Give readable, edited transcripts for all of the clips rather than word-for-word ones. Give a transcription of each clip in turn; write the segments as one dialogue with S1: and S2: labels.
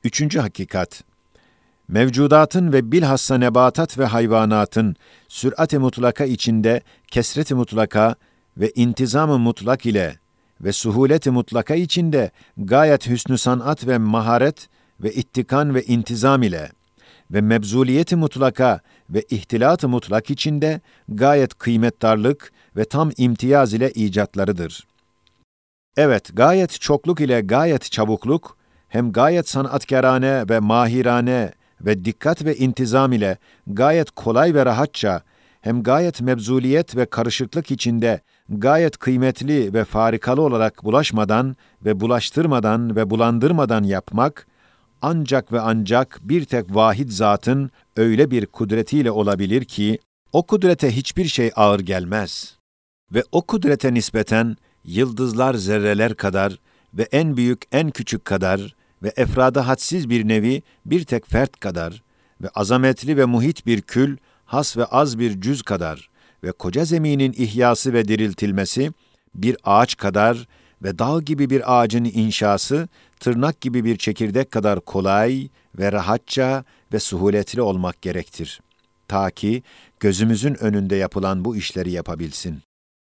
S1: Üçüncü hakikat, mevcudatın ve bilhassa nebatat ve hayvanatın sürat-i mutlaka içinde kesret-i mutlaka ve intizam-ı mutlak ile ve suhulet-i mutlaka içinde gayet hüsnü sanat ve maharet ve ittikan ve intizam ile ve mebzuliyet-i mutlaka ve ihtilat-ı mutlak içinde gayet kıymetdarlık ve tam imtiyaz ile icatlarıdır. Evet, gayet çokluk ile gayet çabukluk, hem gayet sanatkârane ve mahirane ve dikkat ve intizam ile gayet kolay ve rahatça, hem gayet mebzuliyet ve karışıklık içinde gayet kıymetli ve farikalı olarak bulaşmadan ve bulaştırmadan ve bulandırmadan yapmak, ancak ve ancak bir tek vahid zatın öyle bir kudretiyle olabilir ki, o kudrete hiçbir şey ağır gelmez. Ve o kudrete nispeten, yıldızlar zerreler kadar ve en büyük en küçük kadar ve efrada hadsiz bir nevi bir tek fert kadar ve azametli ve muhit bir kül, has ve az bir cüz kadar ve koca zeminin ihyası ve diriltilmesi bir ağaç kadar ve dağ gibi bir ağacın inşası tırnak gibi bir çekirdek kadar kolay ve rahatça ve suhuletli olmak gerektir. Ta ki gözümüzün önünde yapılan bu işleri yapabilsin.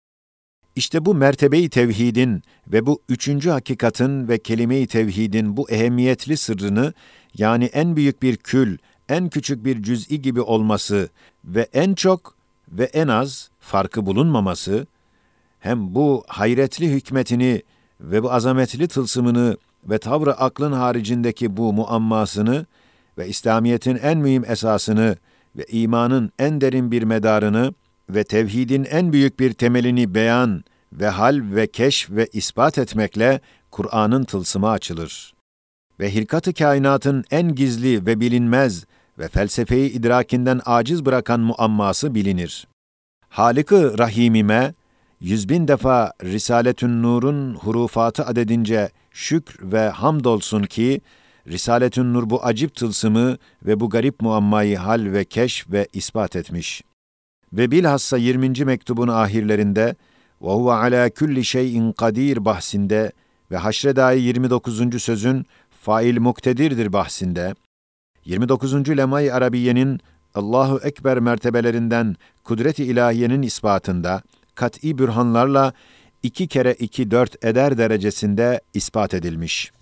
S1: İşte bu mertebe-i tevhidin ve bu üçüncü hakikatin ve kelime-i tevhidin bu ehemmiyetli sırrını, yani en büyük bir kül, en küçük bir cüz'i gibi olması ve en çok ve en az farkı bulunmaması, hem bu hayretli hikmetini ve bu azametli tılsımını ve tavrı aklın haricindeki bu muammasını ve İslamiyet'in en mühim esasını ve imanın en derin bir medarını ve tevhidin en büyük bir temelini beyan ve hal ve keşf ve ispat etmekle Kur'an'ın tılsımı açılır. Ve hilkat-ı kainatın en gizli ve bilinmez ve felsefeyi idrakinden aciz bırakan muamması bilinir. Halik-ı Rahimime, 100.000 defa Risaletün Nur'un hurufatı adedince şükr ve hamdolsun ki, Risaletün Nur bu acip tılsımı ve bu garip muammayı hal ve keşf ve ispat etmiş. Ve bilhassa 20. mektubun ahirlerinde وَهُوَ عَلَى كُلِّ شَيْءٍ قَدِيرٍ bahsinde ve Haşr-ı 29. sözün fail muktedirdir bahsinde, 29. Lemay-i Arabiye'nin Allahu Ekber mertebelerinden kudret-i ilahiyenin ispatında kat'i bürhanlarla 2 kere 2 4 eder derecesinde ispat edilmiş.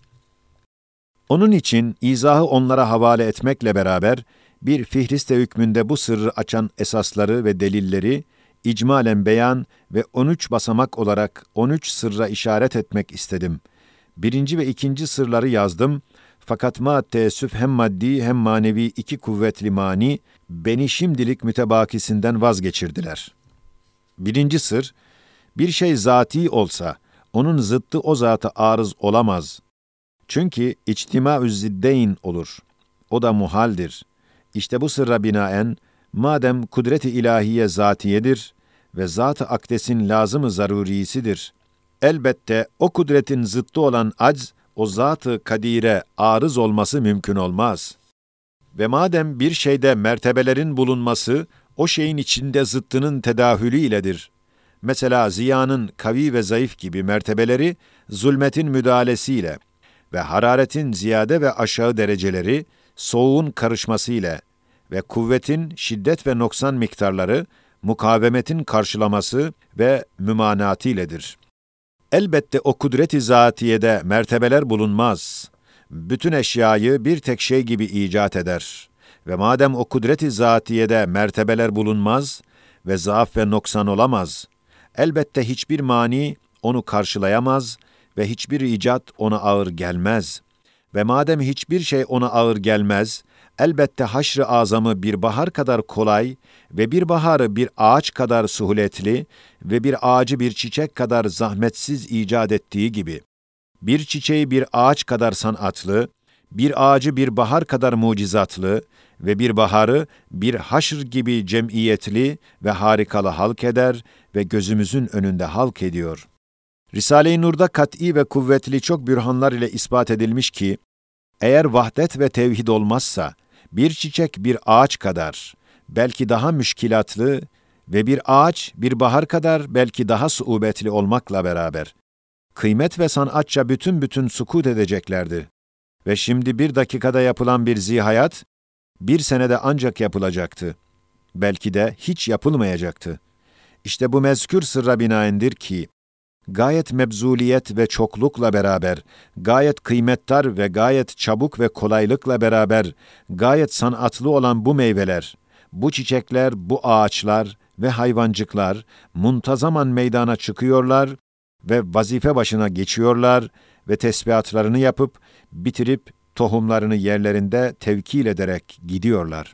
S1: Onun için izahı onlara havale etmekle beraber bir fihriste hükmünde bu sırrı açan esasları ve delilleri icmalen beyan ve 13 basamak olarak 13 sırra işaret etmek istedim. 1. ve 2. sırları yazdım. Fakat teessüf hem maddi hem manevi 2 kuvvetli mani beni şimdilik mütebakisinden vazgeçirdiler. 1. sır, bir şey zati olsa onun zıttı o zata arız olamaz. Çünkü içtima-ü ziddeyn olur. O da muhaldir. İşte bu sırra binaen, madem kudret-i ilahiye zatiyedir ve zat-ı akdesin lazım-ı zarurisidir, elbette o kudretin zıttı olan acz, o zat-ı kadire arız olması mümkün olmaz. Ve madem bir şeyde mertebelerin bulunması, o şeyin içinde zıttının tedahülü iledir. Mesela ziyanın kavi ve zayıf gibi mertebeleri, zulmetin müdahalesiyle ve hararetin ziyade ve aşağı dereceleri, soğuğun karışmasıyla ve kuvvetin şiddet ve noksan miktarları, mukavemetin karşılaması ve mümanatı iledir. Elbette o kudret-i zatiyede mertebeler bulunmaz. Bütün eşyayı bir tek şey gibi icat eder. Ve madem o kudret-i zatiyede mertebeler bulunmaz ve zaaf ve noksan olamaz, elbette hiçbir mani onu karşılayamaz ve hiçbir icat ona ağır gelmez. Ve madem hiçbir şey ona ağır gelmez, elbette haşr-ı azamı bir bahar kadar kolay ve bir baharı bir ağaç kadar suhuletli ve bir ağacı bir çiçek kadar zahmetsiz icat ettiği gibi, bir çiçeği bir ağaç kadar sanatlı, bir ağacı bir bahar kadar mucizatlı ve bir baharı bir haşr gibi cemiyetli ve harikalı halk eder ve gözümüzün önünde halk ediyor. Risale-i Nur'da kat'i ve kuvvetli çok bürhanlar ile ispat edilmiş ki, eğer vahdet ve tevhid olmazsa, bir çiçek bir ağaç kadar, belki daha müşkilatlı ve bir ağaç bir bahar kadar belki daha suubetli olmakla beraber, kıymet ve sanatça bütün sukut edeceklerdi. Ve şimdi bir dakikada yapılan bir zihayat, bir senede ancak yapılacaktı. Belki de hiç yapılmayacaktı. İşte bu mezkür sırra binaendir ki, gayet mebzuliyet ve çoklukla beraber, gayet kıymetdar ve gayet çabuk ve kolaylıkla beraber, gayet sanatlı olan bu meyveler, bu çiçekler, bu ağaçlar ve hayvancıklar muntazaman meydana çıkıyorlar ve vazife başına geçiyorlar ve tesbihatlarını yapıp, bitirip tohumlarını yerlerinde tevkil ederek gidiyorlar.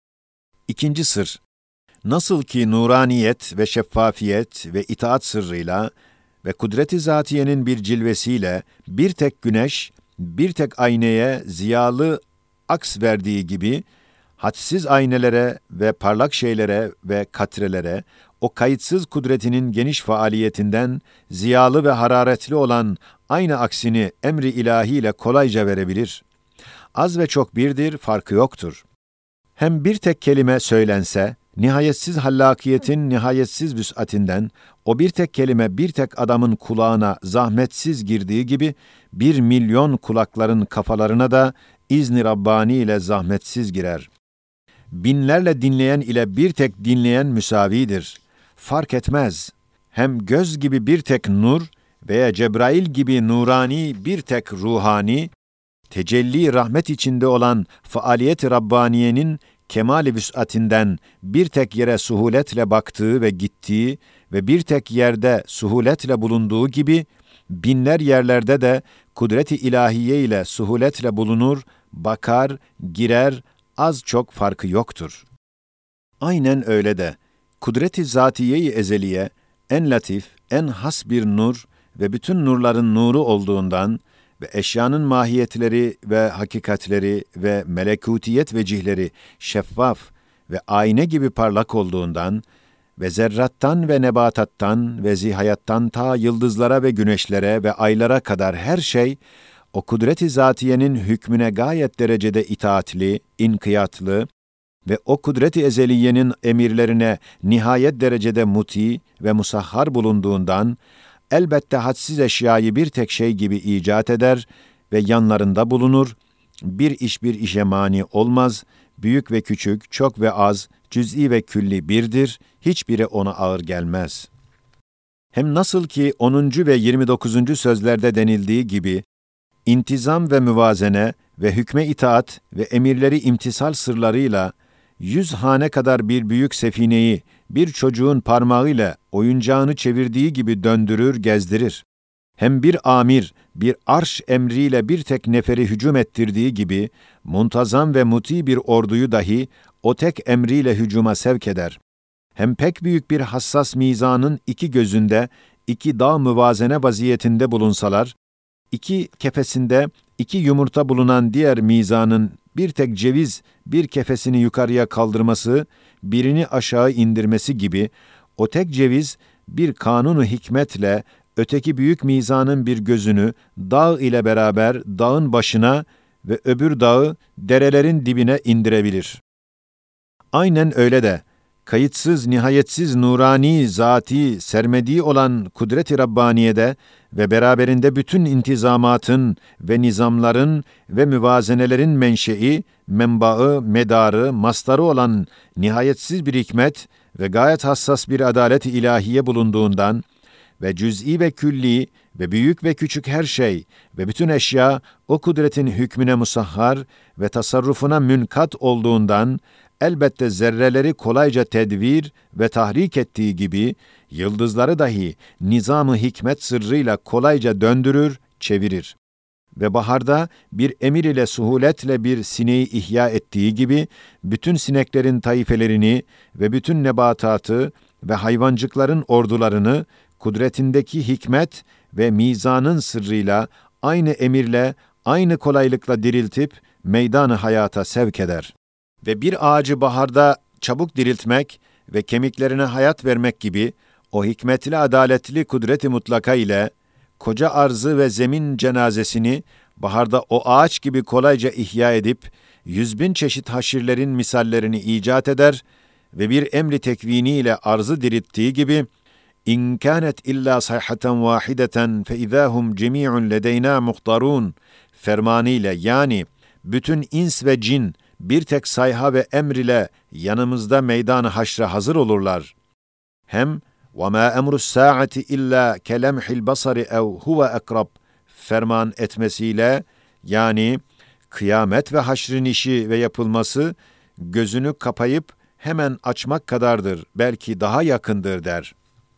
S1: İkinci sır, nasıl ki nuraniyet ve şeffafiyet ve itaat sırrıyla ve kudret-i zatiyenin bir cilvesiyle bir tek güneş, bir tek ayneye ziyalı aks verdiği gibi, hadsiz aynelere ve parlak şeylere ve katrelere, o kayıtsız kudretinin geniş faaliyetinden ziyalı ve hararetli olan aynı aksini emri ilahiyle kolayca verebilir. Az ve çok birdir, farkı yoktur. Hem bir tek kelime söylense, nihayetsiz hallakiyetin nihayetsiz vüs'atinden, o bir tek kelime bir tek adamın kulağına zahmetsiz girdiği gibi, 1.000.000 kulakların kafalarına da izni Rabbani ile zahmetsiz girer. Binlerle dinleyen ile bir tek dinleyen müsavidir. Fark etmez. Hem göz gibi bir tek nur veya Cebrail gibi nurani bir tek ruhani, tecelli rahmet içinde olan faaliyet-i Rabbaniye'nin kemal-i vüs'atinden bir tek yere suhuletle baktığı ve gittiği ve bir tek yerde suhuletle bulunduğu gibi, binler yerlerde de kudret-i ilahiye ile suhuletle bulunur, bakar, girer, az çok farkı yoktur. Aynen öyle de, kudret-i zatiye-i ezeliye, en latif, en has bir nur ve bütün nurların nuru olduğundan ve eşyanın mahiyetleri ve hakikatleri ve melekutiyet vecihleri şeffaf ve ayna gibi parlak olduğundan ve zerrattan ve nebatattan ve zihayattan ta yıldızlara ve güneşlere ve aylara kadar her şey, o kudret-i zatiyenin hükmüne gayet derecede itaatli, inkiyatlı ve o kudret-i ezeliyenin emirlerine nihayet derecede muti ve musahhar bulunduğundan, elbette hadsiz eşyayı bir tek şey gibi icat eder ve yanlarında bulunur, bir iş bir işe mani olmaz, büyük ve küçük, çok ve az, cüz'i ve külli birdir, hiçbiri ona ağır gelmez. Hem nasıl ki 10. ve 29. sözlerde denildiği gibi, intizam ve müvazene ve hükme itaat ve emirleri imtisal sırlarıyla 100 hane kadar bir büyük sefineyi bir çocuğun parmağıyla oyuncağını çevirdiği gibi döndürür, gezdirir. Hem bir amir, bir arş emriyle bir tek neferi hücum ettirdiği gibi, muntazam ve muti bir orduyu dahi o tek emriyle hücuma sevk eder. Hem pek büyük bir hassas mizanın iki gözünde, iki dağ müvazene vaziyetinde bulunsalar, iki kefesinde iki yumurta bulunan diğer mizanın bir tek ceviz, bir kefesini yukarıya kaldırması, birini aşağı indirmesi gibi, o tek ceviz bir kanunu hikmetle öteki büyük mizanın bir gözünü dağ ile beraber dağın başına ve öbür dağı derelerin dibine indirebilir. Aynen öyle de, kayıtsız, nihayetsiz, nurani, zati, sermedi olan kudret-i Rabbaniye'de ve beraberinde bütün intizamatın ve nizamların ve müvazenelerin menşei, menbaı, medarı, mastarı olan nihayetsiz bir hikmet ve gayet hassas bir adalet-i ilahiye bulunduğundan ve cüz'i ve külli ve büyük ve küçük her şey ve bütün eşya o kudretin hükmüne musahhar ve tasarrufuna münkat olduğundan, elbette zerreleri kolayca tedvir ve tahrik ettiği gibi, yıldızları dahi nizam-ı hikmet sırrıyla kolayca döndürür, çevirir. Ve baharda bir emir ile suhuletle bir sineği ihya ettiği gibi, bütün sineklerin taifelerini ve bütün nebatatı ve hayvancıkların ordularını, kudretindeki hikmet ve mizanın sırrıyla, aynı emirle, aynı kolaylıkla diriltip, meydan-ı hayata sevk eder. Ve bir ağacı baharda çabuk diriltmek ve kemiklerine hayat vermek gibi, o hikmetli adaletli kudret-i mutlaka ile, koca arzı ve zemin cenazesini, baharda o ağaç gibi kolayca ihya edip, 100.000 çeşit haşirlerin misallerini icat eder ve bir emri tekviniyle arzı dirilttiği gibi, İn kânet illâ sayhaten vâhideten fe izâhum cemî'un ledeyna muhtarûn fermanı ile, yani bütün ins ve cin bir tek sayha ve emr ile yanımızda meydan-ı haşre hazır olurlar. Hem وَمَا اَمْرُ السَّاعَةِ اِلَّا كَلَمْحِ الْبَصَرِ اَوْ هُوَ اَقْرَبْ ferman etmesiyle, yani kıyamet ve haşrin işi ve yapılması gözünü kapayıp hemen açmak kadardır, belki daha yakındır der.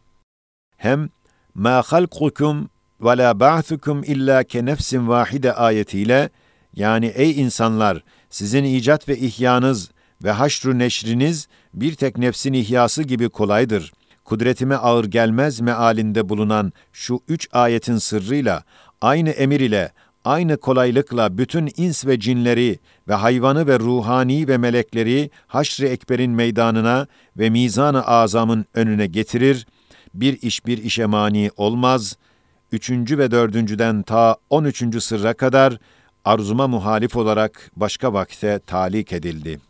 S1: Hem مَا خَلْقُكُمْ وَلَا بَعْثُكُمْ اِلَّا كَنَفْسٍ وَاحِدَ ayetiyle, yani ey insanlar, sizin icat ve ihyanız ve haşr-ı neşriniz bir tek nefsin ihyası gibi kolaydır. Kudretime ağır gelmez mealinde bulunan şu 3 ayetin sırrıyla, aynı emir ile, aynı kolaylıkla bütün ins ve cinleri ve hayvanı ve ruhani ve melekleri haşr-ı ekberin meydanına ve mizan-ı azamın önüne getirir, bir iş bir işe mani olmaz. 3. ve 4.'den ta 13. sırra kadar arzuma muhalif olarak başka vakte talik edildi.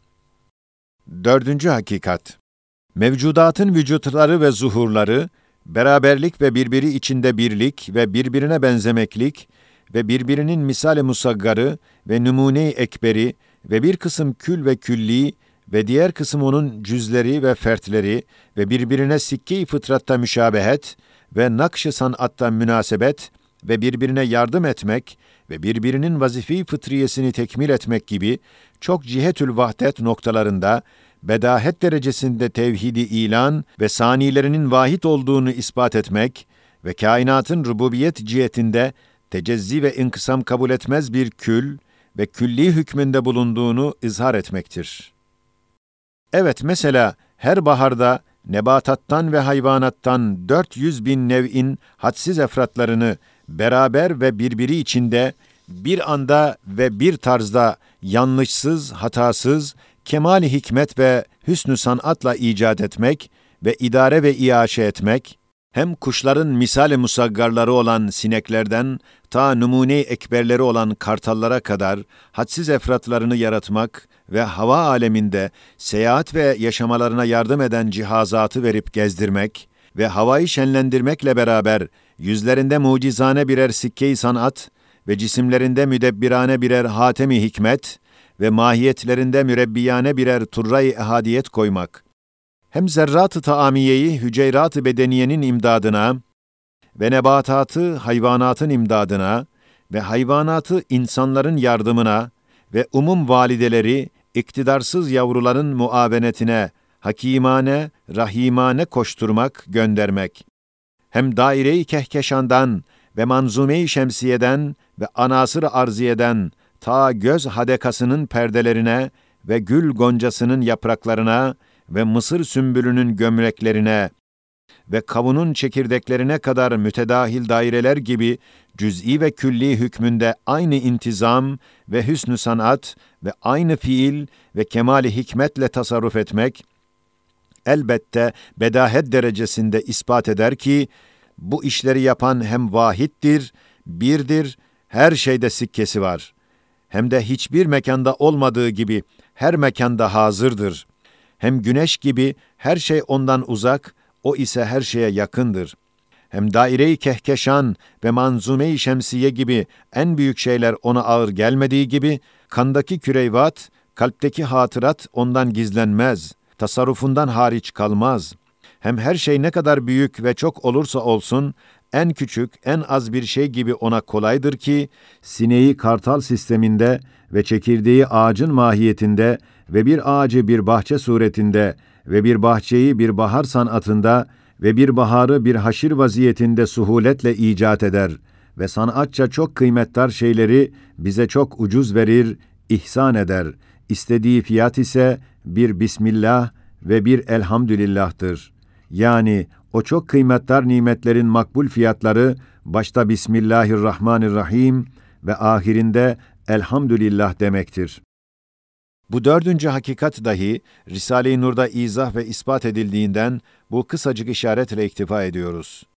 S1: 4. hakikat. Mevcudatın vücutları ve zuhurları, beraberlik ve birbiri içinde birlik ve birbirine benzemeklik ve birbirinin misal-i musaggarı ve numune-i ekberi ve bir kısım kül ve külli ve diğer kısım onun cüzleri ve fertleri ve birbirine sikke-i fıtratta müşabehet ve nakş-ı sanatta münasebet ve birbirine yardım etmek ve birbirinin vazife-i fıtriyesini tekmil etmek gibi çok cihetül vahdet noktalarında bedahet derecesinde tevhidi ilan ve sanilerinin vahid olduğunu ispat etmek ve kainatın rububiyet cihetinde tecezzi ve inkısam kabul etmez bir kül ve külli hükmünde bulunduğunu izhar etmektir. Evet, mesela her baharda nebatattan ve hayvanattan 400.000 nev'in hadsiz efratlarını beraber ve birbiri içinde bir anda ve bir tarzda yanlışsız, hatasız, kemal-i hikmet ve hüsnü sanatla icat etmek ve idare ve iaşe etmek, hem kuşların misal-i musaggarları olan sineklerden ta numune-i ekberleri olan kartallara kadar hadsiz efratlarını yaratmak ve hava aleminde seyahat ve yaşamalarına yardım eden cihazatı verip gezdirmek ve havayı şenlendirmekle beraber yüzlerinde mucizane birer sikke-i sanat ve cisimlerinde müdebbirane birer hatem-i hikmet ve mahiyetlerinde mürebbiyane birer turra-i ehadiyet koymak, hem zerrat-ı taamiyeyi hüceyrat-ı bedeniyenin imdadına ve nebatatı hayvanatın imdadına ve hayvanatı insanların yardımına ve umum valideleri iktidarsız yavruların muavenetine hakimane, rahimane koşturmak, göndermek, hem daire-i kehkeşandan ve manzume-i şemsiyeden ve anasır-ı arziyeden ta göz hadekasının perdelerine ve gül goncasının yapraklarına ve mısır sümbülünün gömleklerine ve kavunun çekirdeklerine kadar mütedahil daireler gibi cüz'i ve külli hükmünde aynı intizam ve hüsnü sanat ve aynı fiil ve kemali hikmetle tasarruf etmek, elbette bedahet derecesinde ispat eder ki, bu işleri yapan hem vahittir, birdir, her şeyde sikkesi var. Hem de hiçbir mekanda olmadığı gibi her mekanda hazırdır. Hem güneş gibi her şey ondan uzak, o ise her şeye yakındır. Hem daire-i kehkeşan ve manzume-i şemsiye gibi en büyük şeyler ona ağır gelmediği gibi, kandaki küreyvat, kalpteki hatırat ondan gizlenmez, tasarrufundan hariç kalmaz. Hem her şey ne kadar büyük ve çok olursa olsun, en küçük, en az bir şey gibi ona kolaydır ki, sineği kartal sisteminde ve çekirdeği ağacın mahiyetinde ve bir ağacı bir bahçe suretinde ve bir bahçeyi bir bahar sanatında ve bir baharı bir haşir vaziyetinde suhuletle icat eder ve sanatça çok kıymetdar şeyleri bize çok ucuz verir, ihsan eder. İstediği fiyat ise bir Bismillah ve bir Elhamdülillah'tır. Yani o çok kıymetdar nimetlerin makbul fiyatları başta Bismillahirrahmanirrahim ve ahirinde Elhamdülillah demektir. Bu 4. hakikat dahi Risale-i Nur'da izah ve ispat edildiğinden bu kısacık işaretle iktifa ediyoruz.